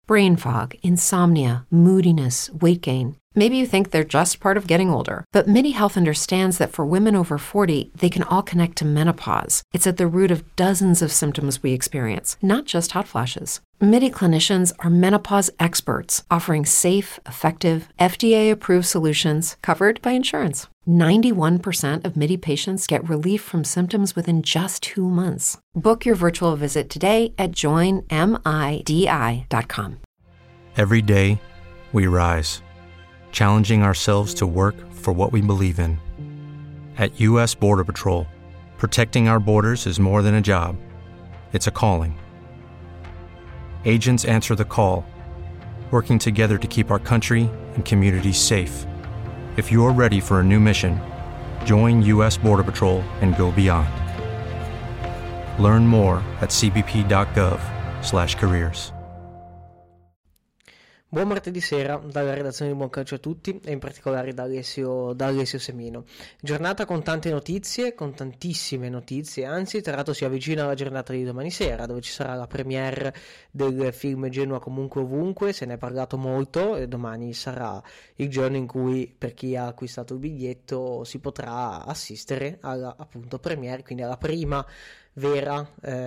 brain fog, insomnia, moodiness, weight gain. Maybe you think they're just part of getting older, but MIDI Health understands that for women over 40, they can all connect to menopause. It's at the root of dozens of symptoms we experience, not just hot flashes. MIDI clinicians are menopause experts, offering safe, effective, FDA-approved solutions covered by insurance. 91% of MIDI patients get relief from symptoms within just 2 months. Book your virtual visit today at joinmidi.com. Every day, we rise, challenging ourselves to work for what we believe in. At U.S. Border Patrol, protecting our borders is more than a job. It's a calling. Agents answer the call, working together to keep our country and communities safe. If you're ready for a new mission, join U.S. Border Patrol and go beyond. Learn more at cbp.gov/careers. Buon martedì sera dalla redazione di Buon Calcio a tutti e in particolare da Alessio Semino. Giornata con tante notizie, con tantissime notizie, anzi tra l'altro si avvicina alla giornata di domani sera dove ci sarà la premiere del film Genoa comunque ovunque, se ne è parlato molto e domani sarà il giorno in cui per chi ha acquistato il biglietto si potrà assistere alla appunto premiere, quindi alla prima vera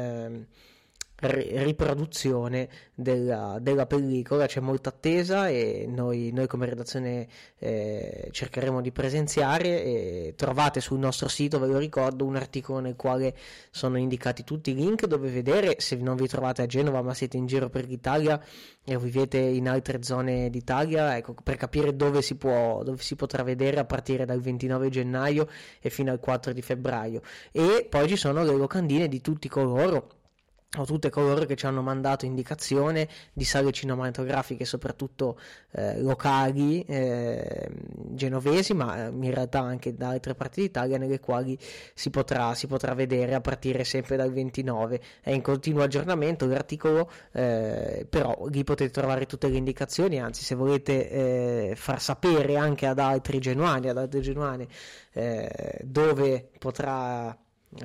riproduzione della pellicola. C'è molta attesa e noi come redazione cercheremo di presenziare e trovate sul nostro sito, ve lo ricordo, un articolo nel quale sono indicati tutti i link dove vedere se non vi trovate a Genova ma siete in giro per l'Italia e vivete in altre zone d'Italia, ecco, per capire dove si potrà vedere a partire dal 29 gennaio e fino al 4 di febbraio. E poi ci sono le locandine di tutti coloro o tutte coloro che ci hanno mandato indicazione di sale cinematografiche, soprattutto locali genovesi, ma in realtà anche da altre parti d'Italia, nelle quali si potrà vedere a partire sempre dal 29. È in continuo aggiornamento l'articolo, però lì potete trovare tutte le indicazioni, anzi se volete far sapere anche ad altri genuani, ad altre genuane dove potrà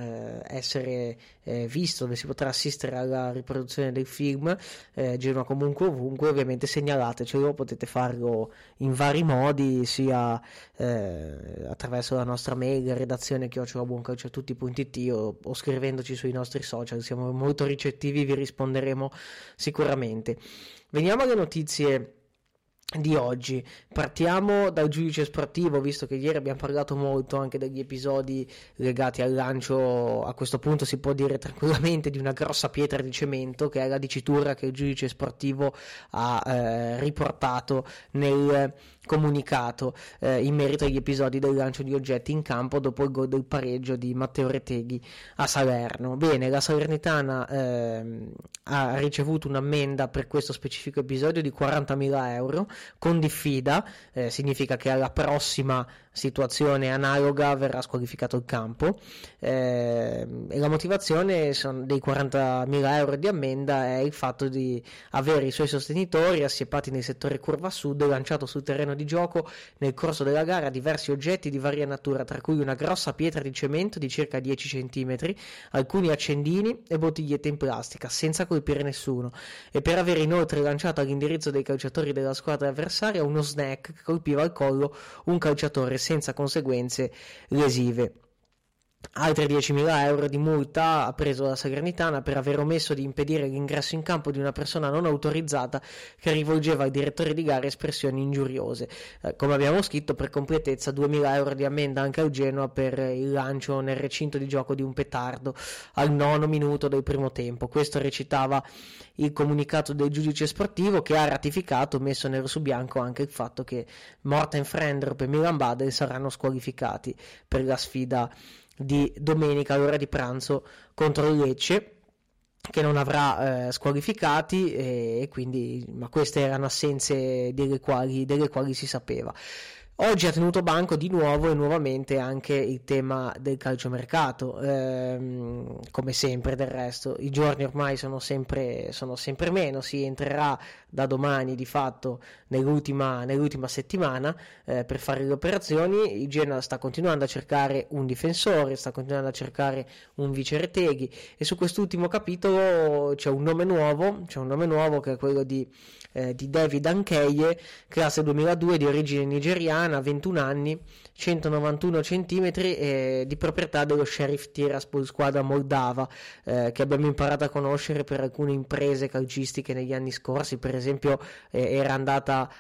essere visto, dove si potrà assistere alla riproduzione del film Genoa comunque ovunque, ovviamente segnalatecelo, potete farlo in vari modi, sia attraverso la nostra mail redazione @buoncalciatutti.it o scrivendoci sui nostri social, siamo molto ricettivi, vi risponderemo sicuramente. Veniamo alle notizie di oggi. Partiamo dal giudice sportivo, visto che ieri abbiamo parlato molto anche degli episodi legati al lancio, a questo punto si può dire tranquillamente, di una grossa pietra di cemento, che è la dicitura che il giudice sportivo ha riportato nel comunicato in merito agli episodi del lancio di oggetti in campo dopo il gol del pareggio di Matteo Reteghi a Salerno. Bene, la Salernitana ha ricevuto un'ammenda per questo specifico episodio di 40.000 euro con diffida, significa che alla prossima situazione analoga verrà squalificato il campo, e la motivazione dei 40.000 euro di ammenda è il fatto di avere i suoi sostenitori assiepati nel settore curva sud lanciato sul terreno di gioco nel corso della gara diversi oggetti di varia natura, tra cui una grossa pietra di cemento di circa 10 cm, alcuni accendini e bottigliette in plastica, senza colpire nessuno, e per avere inoltre lanciato all'indirizzo dei calciatori della squadra avversaria uno snack che colpiva al collo un calciatore senza conseguenze lesive. Altre 10.000 euro di multa ha preso la Salernitana per aver omesso di impedire l'ingresso in campo di una persona non autorizzata che rivolgeva al direttore di gara espressioni ingiuriose. Come abbiamo scritto, per completezza 2.000 euro di ammenda anche al Genoa per il lancio nel recinto di gioco di un petardo al 9° minuto del primo tempo. Questo recitava il comunicato del giudice sportivo, che ha ratificato, messo nero su bianco, anche il fatto che Morten Frendrup e Milan Bader saranno squalificati per la sfida di domenica all'ora di pranzo contro il Lecce, che non avrà squalificati, e quindi, ma queste erano assenze delle quali si sapeva. Oggi ha tenuto banco di nuovo e nuovamente anche il tema del calciomercato, come sempre del resto. I giorni ormai sono sempre meno, si entrerà da domani di fatto nell'ultima settimana per fare le operazioni. Il Genoa sta continuando a cercare un difensore, sta continuando a cercare un vice Retegui, e su quest'ultimo capitolo c'è un nome nuovo che è quello di David Ankeye, classe 2002, di origine nigeriana, 21 anni, 191 cm, di proprietà dello Sheriff Tiraspol, squadra moldava, che abbiamo imparato a conoscere per alcune imprese calcistiche negli anni scorsi. Per esempio era andata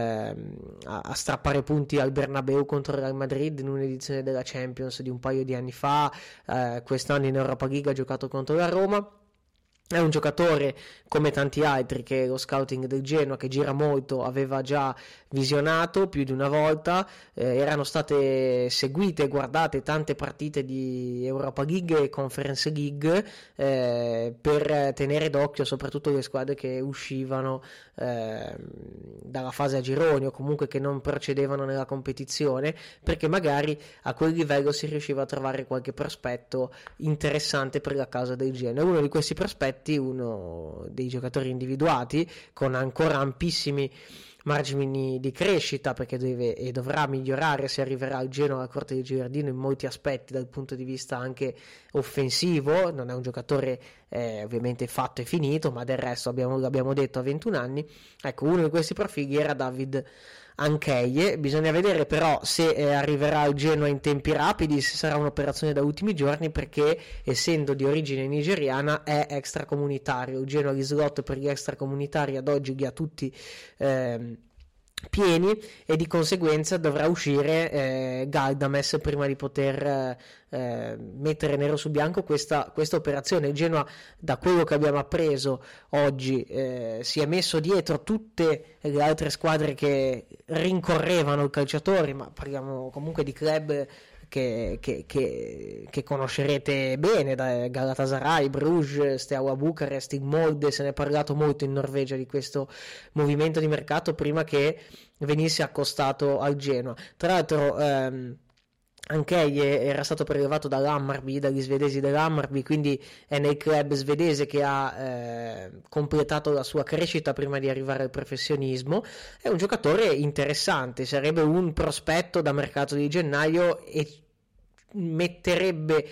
a strappare punti al Bernabeu contro il Real Madrid in un'edizione della Champions di un paio di anni fa. Quest'anno in Europa League ha giocato contro la Roma. È un giocatore come tanti altri che lo scouting del Genoa, che gira molto, aveva già visionato più di una volta. Erano state seguite e guardate tante partite di Europa League e Conference League per tenere d'occhio soprattutto le squadre che uscivano dalla fase a gironi, o comunque che non procedevano nella competizione, perché magari a quel livello si riusciva a trovare qualche prospetto interessante per la causa del Genoa. Uno di questi prospetti, uno dei giocatori individuati con ancora ampissimi margini di crescita, perché deve e dovrà migliorare se arriverà al Genoa alla corte di Gilardino in molti aspetti dal punto di vista anche offensivo. Non è un giocatore ovviamente fatto e finito, ma del resto l'abbiamo detto, a 21 anni. Ecco, uno di questi profili era David Ankeye. Bisogna vedere però se arriverà al Genoa in tempi rapidi, se sarà un'operazione da ultimi giorni, perché essendo di origine nigeriana è extracomunitario. Il Genoa gli slot per gli extracomunitari ad oggi li ha tutti pieni, e di conseguenza dovrà uscire Galdames prima di poter mettere nero su bianco questa operazione. Il Genoa, da quello che abbiamo appreso oggi, si è messo dietro tutte le altre squadre che rincorrevano il calciatore, ma parliamo comunque di club che conoscerete bene, da Galatasaray, Bruges, Steaua Bucarest, il Molde. Se ne è parlato molto in Norvegia di questo movimento di mercato prima che venisse accostato al Genoa. Tra l'altro Ankeye era stato prelevato dagli svedesi dell'Hammarby, quindi è nel club svedese che ha completato la sua crescita prima di arrivare al professionismo. È un giocatore interessante, sarebbe un prospetto da mercato di gennaio e metterebbe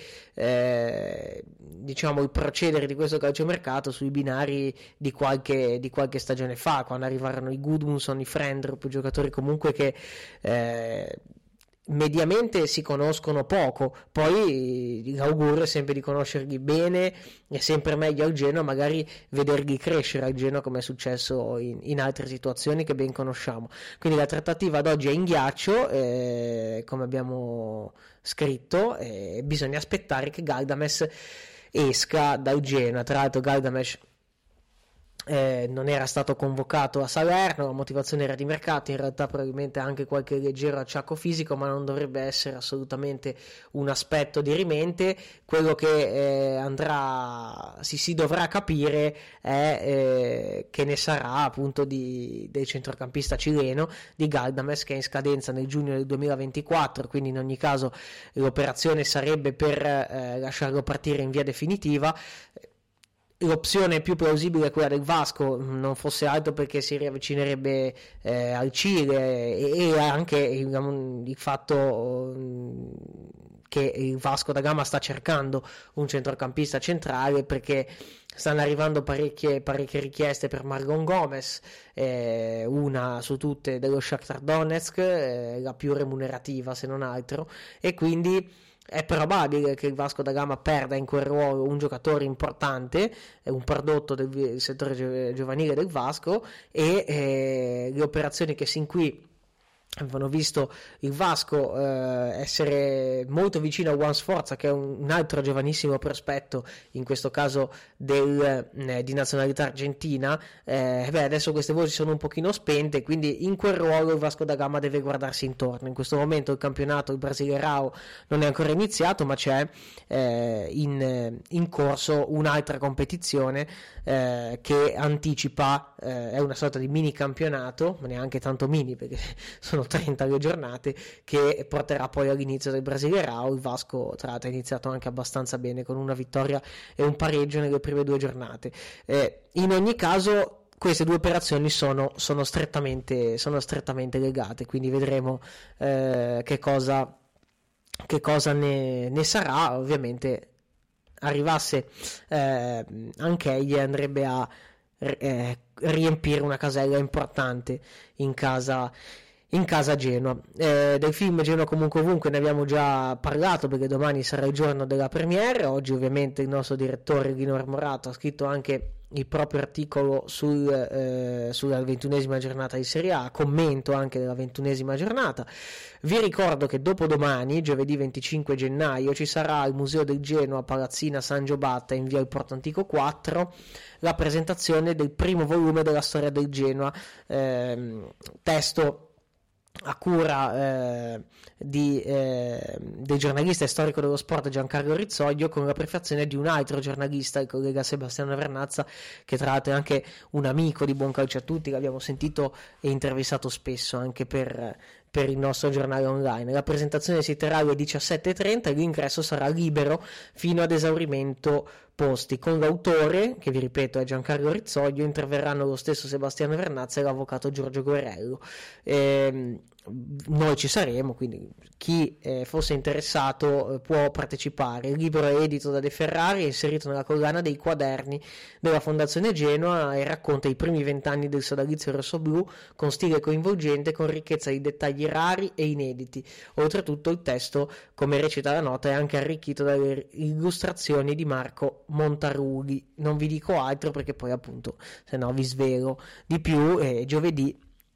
il procedere di questo calciomercato sui binari di qualche stagione fa, quando arrivarono i Gudmundsson, i Frendrup, giocatori comunque che mediamente si conoscono poco. Poi l'augurio è sempre di conoscerli bene, è sempre meglio al Genoa magari vederli crescere al Genoa, come è successo in altre situazioni che ben conosciamo. Quindi la trattativa ad oggi è in ghiaccio, come abbiamo scritto, bisogna aspettare che Galdames esca dal Genoa. Tra l'altro Galdames non era stato convocato a Salerno, la motivazione era di mercato, in realtà probabilmente anche qualche leggero acciacco fisico, ma non dovrebbe essere assolutamente un aspetto dirimente. Quello che si dovrà capire è che ne sarà appunto del centrocampista cileno, di Galdames, che è in scadenza nel giugno del 2024, quindi in ogni caso l'operazione sarebbe per lasciarlo partire in via definitiva. L'opzione più plausibile è quella del Vasco, non fosse altro perché si riavvicinerebbe al Cile, e anche il fatto che il Vasco da Gama sta cercando un centrocampista centrale, perché stanno arrivando parecchie richieste per Marlon Gomez, una su tutte dello Shakhtar Donetsk, la più remunerativa se non altro, e quindi è probabile che il Vasco da Gama perda in quel ruolo un giocatore importante, un prodotto del settore giovanile del Vasco, e le operazioni che sin qui avevano visto il Vasco essere molto vicino a Juan Sforza, che è un altro giovanissimo prospetto, in questo caso di nazionalità argentina. Adesso queste voci sono un pochino spente, quindi in quel ruolo il Vasco da Gama deve guardarsi intorno. In questo momento il campionato, il Brasileirão, non è ancora iniziato, ma c'è in corso un'altra competizione che anticipa, è una sorta di mini campionato, ma neanche tanto mini perché sono 30 le giornate, che porterà poi all'inizio del Brasileirão. Il Vasco tra l'altro ha iniziato anche abbastanza bene, con una vittoria e un pareggio nelle prime 2 giornate. In ogni caso queste due operazioni sono strettamente legate, quindi vedremo che cosa ne sarà. Ovviamente arrivasse anche egli, andrebbe a riempire una casella importante in casa Genoa. Del film Genoa comunque ovunque ne abbiamo già parlato, perché domani sarà il giorno della premiere. Oggi ovviamente il nostro direttore Lino Marmorato ha scritto anche il proprio articolo sulla 21esima giornata di Serie A, commento anche della 21esima giornata. Vi ricordo che dopodomani, giovedì 25 gennaio, ci sarà al Museo del Genoa, Palazzina San Giobatta, in via il Porto Antico 4, la presentazione del primo volume della storia del Genoa, testo a cura del giornalista e storico dello sport Giancarlo Rizzoglio, con la prefazione di un altro giornalista, il collega Sebastiano Vernazza, che tra l'altro è anche un amico di Buon Calcio a Tutti, l'abbiamo sentito e intervistato spesso anche per il nostro giornale online. La presentazione si terrà alle 17:30 e l'ingresso sarà libero fino ad esaurimento posti. Con l'autore, che vi ripeto è Giancarlo Rizzoglio, interverranno lo stesso Sebastiano Vernazza e l'avvocato Giorgio Guerrello. Noi ci saremo, quindi chi fosse interessato può partecipare. Il libro è edito da De Ferrari, è inserito nella collana dei quaderni della Fondazione Genoa e racconta i primi 20 anni del sodalizio rossoblù con stile coinvolgente, con ricchezza di dettagli rari e inediti. Oltretutto il testo, come recita la nota, è anche arricchito dalle illustrazioni di Marco Montaruli. Non vi dico altro perché poi appunto se no vi svelo di più. Giovedì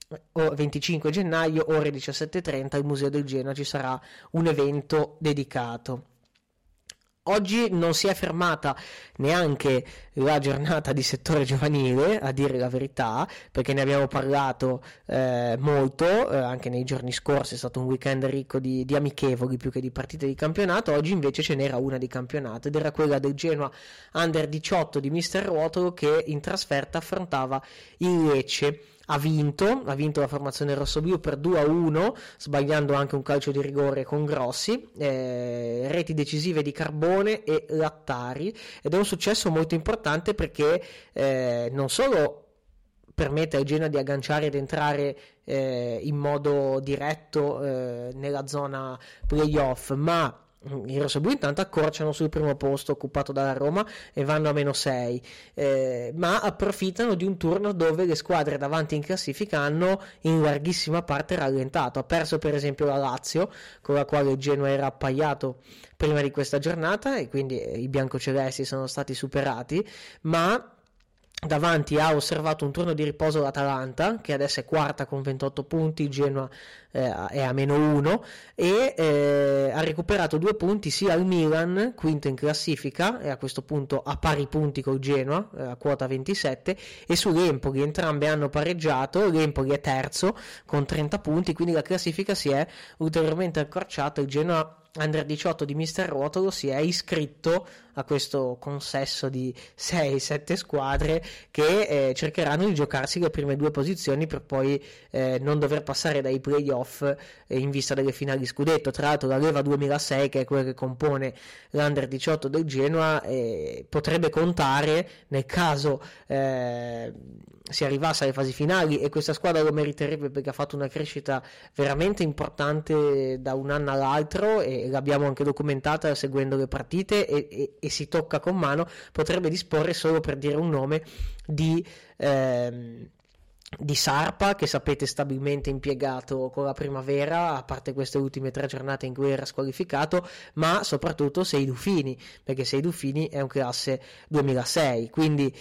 25 gennaio ore 17:30 al Museo del Genoa ci sarà un evento dedicato. Oggi non si è fermata neanche la giornata di settore giovanile, a dire la verità, perché ne abbiamo parlato molto anche nei giorni scorsi. È stato un weekend ricco di amichevoli più che di partite di campionato. Oggi invece ce n'era una di campionato ed era quella del Genoa Under 18 di Mister Ruotolo, che in trasferta affrontava il Lecce. Ha vinto la formazione rossoblu per 2-1, sbagliando anche un calcio di rigore con Grossi, reti decisive di Carbone e Lattari, ed è un successo molto importante perché non solo permette al Genoa di agganciare ed entrare in modo diretto nella zona playoff, ma i rossoblù intanto accorciano sul primo posto occupato dalla Roma e vanno a -6, ma approfittano di un turno dove le squadre davanti in classifica hanno in larghissima parte rallentato. Ha perso per esempio la Lazio, con la quale il Genoa era appaiato prima di questa giornata, e quindi i biancocelesti sono stati superati, ma davanti ha osservato un turno di riposo l'Atalanta, che adesso è quarta con 28 punti, il Genoa è a -1, e ha recuperato 2 punti sia al Milan, quinto in classifica, e a questo punto a pari punti col Genoa, a quota 27, e su l'Empoli. Entrambe hanno pareggiato, l'Empoli è terzo con 30 punti, quindi la classifica si è ulteriormente accorciata. Il Genoa Under 18 di Mister Ruotolo si è iscritto a questo consesso di 6-7 squadre che cercheranno di giocarsi le prime 2 posizioni per poi non dover passare dai playoff in vista delle finali scudetto. Tra l'altro la leva 2006, che è quella che compone l'Under 18 del Genoa, potrebbe contare nel caso si arrivasse alle fasi finali, e questa squadra lo meriterebbe perché ha fatto una crescita veramente importante da un anno all'altro, e l'abbiamo anche documentata seguendo le partite, e si tocca con mano. Potrebbe disporre, solo per dire un nome, di Sarpa, che sapete stabilmente impiegato con la primavera, a parte queste ultime 3 giornate in cui era squalificato, ma soprattutto Seidufini, perché Seidufini è un classe 2006, quindi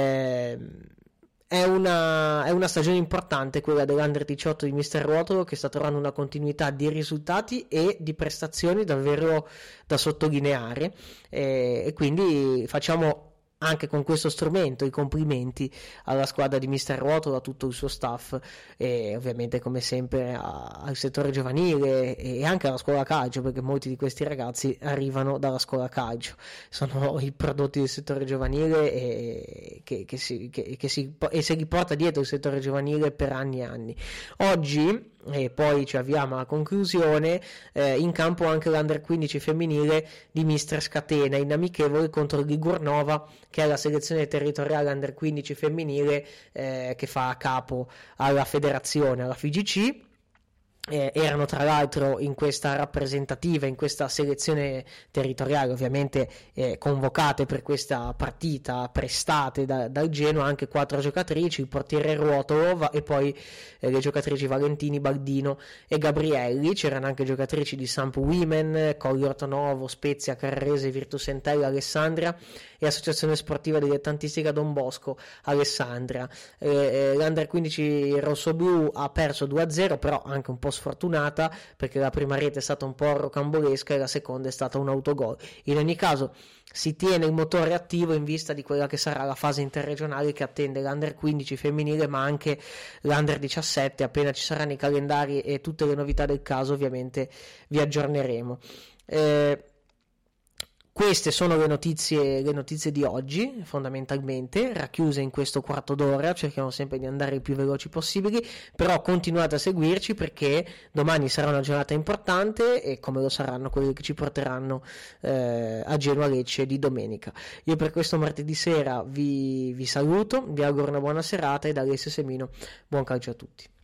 è una stagione importante quella dell'Under 18 di Mister Ruotolo, che sta trovando una continuità di risultati e di prestazioni davvero da sottolineare, e quindi facciamo anche con questo strumento i complimenti alla squadra di Mister Ruotolo, a tutto il suo staff, e ovviamente come sempre al settore giovanile e anche alla scuola calcio, perché molti di questi ragazzi arrivano dalla scuola calcio, sono i prodotti del settore giovanile e se li porta dietro il settore giovanile per anni e anni. Oggi e poi ci avviamo alla conclusione. In campo anche l'Under 15 femminile di Mister Scatena in amichevole contro Ligurnova, che è la selezione territoriale Under 15 femminile che fa capo alla federazione, alla FIGC. Erano tra l'altro in questa rappresentativa, in questa selezione territoriale ovviamente convocate per questa partita, prestate dal Genoa, anche 4 giocatrici, il portiere Ruotolov e poi le giocatrici Valentini, Baldino e Gabrielli. C'erano anche giocatrici di Samp Women, Colli Ortonovo, Spezia, Carrese, Virtus Entella, Alessandria e Associazione Sportiva Dilettantistica Don Bosco, Alessandria. L'Under 15 rossoblu ha perso 2-0, però anche un po' sfortunata, perché la prima rete è stata un po' rocambolesca e la seconda è stata un autogol. In ogni caso si tiene il motore attivo in vista di quella che sarà la fase interregionale che attende l'Under 15 femminile, ma anche l'Under 17. Appena ci saranno i calendari e tutte le novità del caso ovviamente vi aggiorneremo. Queste sono le notizie di oggi, fondamentalmente, racchiuse in questo quarto d'ora. Cerchiamo sempre di andare il più veloci possibili, però continuate a seguirci perché domani sarà una giornata importante, e come lo saranno quelli che ci porteranno a Genoa Lecce di domenica. Io per questo martedì sera vi saluto, vi auguro una buona serata e da Alessio Semino buon calcio a tutti.